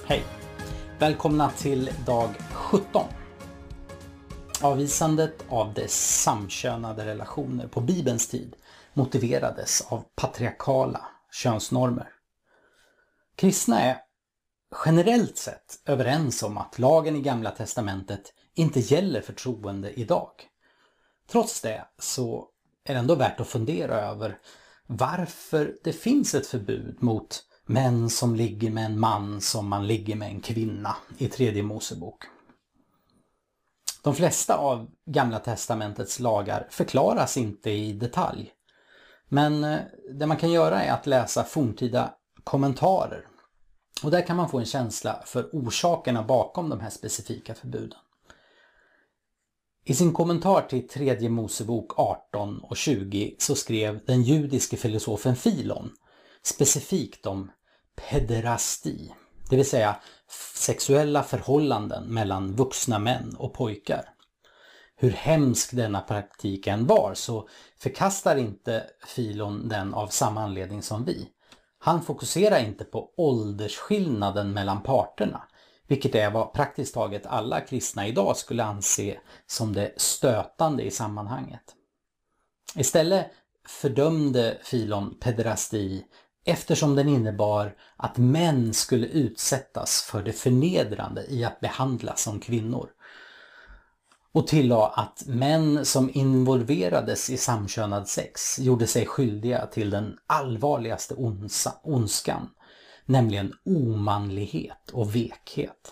Hej! Välkomna till dag 17. Avvisandet av de samkönade relationer på Bibelns tid motiverades av patriarkala könsnormer. Kristna är generellt sett överens om att lagen i Gamla testamentet inte gäller för troende idag. Trots det så är det ändå värt att fundera över varför det finns ett förbud mot män som ligger med en man som man ligger med en kvinna i tredje Mosebok. De flesta av Gamla testamentets lagar förklaras inte i detalj. Men det man kan göra är att läsa forntida kommentarer. Och där kan man få en känsla för orsakerna bakom de här specifika förbuden. I sin kommentar till tredje Mosebok 18 och 20 så skrev den judiske filosofen Filon specifikt om pederasti, det vill säga sexuella förhållanden mellan vuxna män och pojkar. Hur hemsk denna praktik än var så förkastar inte Filon den av samma anledning som vi. Han fokuserar inte på åldersskillnaden mellan parterna, vilket är vad praktiskt taget alla kristna idag skulle anse som det stötande i sammanhanget. Istället fördömde Filon pederasti eftersom den innebar att män skulle utsättas för det förnedrande i att behandlas som kvinnor. Och tillade att män som involverades i samkönad sex gjorde sig skyldiga till den allvarligaste ondskan, nämligen omanlighet och vekhet.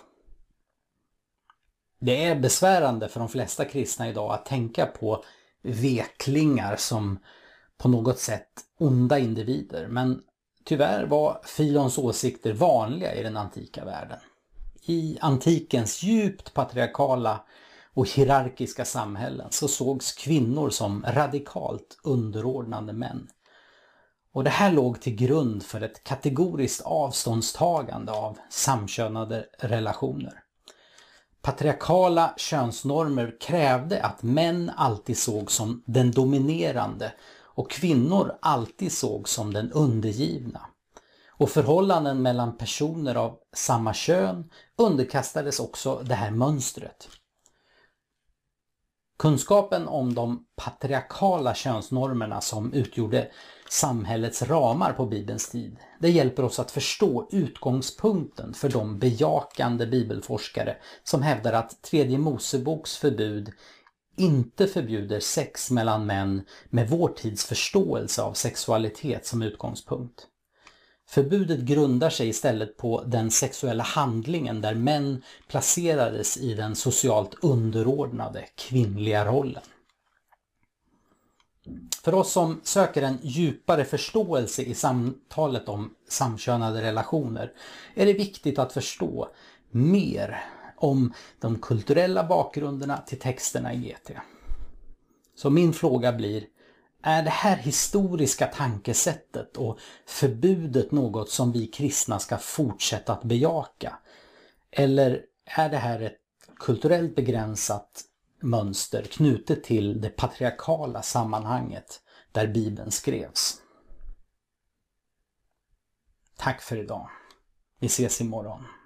Det är besvärande för de flesta kristna idag att tänka på veklingar som på något sätt onda individer, men tyvärr var Filons åsikter vanliga i den antika världen. I antikens djupt patriarkala och hierarkiska samhällen så sågs kvinnor som radikalt underordnade män. Och det här låg till grund för ett kategoriskt avståndstagande av samkönade relationer. Patriarkala könsnormer krävde att män alltid såg som den dominerande och kvinnor alltid såg som den undergivna. Och förhållanden mellan personer av samma kön underkastades också det här mönstret. Kunskapen om de patriarkala könsnormerna som utgjorde samhällets ramar på Bibelns tid, det hjälper oss att förstå utgångspunkten för de bejakande bibelforskare som hävdar att tredje Moseboks förbud inte förbjuder sex mellan män med vår tids förståelse av sexualitet som utgångspunkt. Förbudet grundar sig istället på den sexuella handlingen där män placerades i den socialt underordnade kvinnliga rollen. För oss som söker en djupare förståelse i samtalet om samkönade relationer är det viktigt att förstå mer om de kulturella bakgrunderna till texterna i GT. Så min fråga blir, är det här historiska tankesättet och förbudet något som vi kristna ska fortsätta att bejaka? Eller är det här ett kulturellt begränsat mönster knutet till det patriarkala sammanhanget där Bibeln skrevs? Tack för idag. Vi ses imorgon.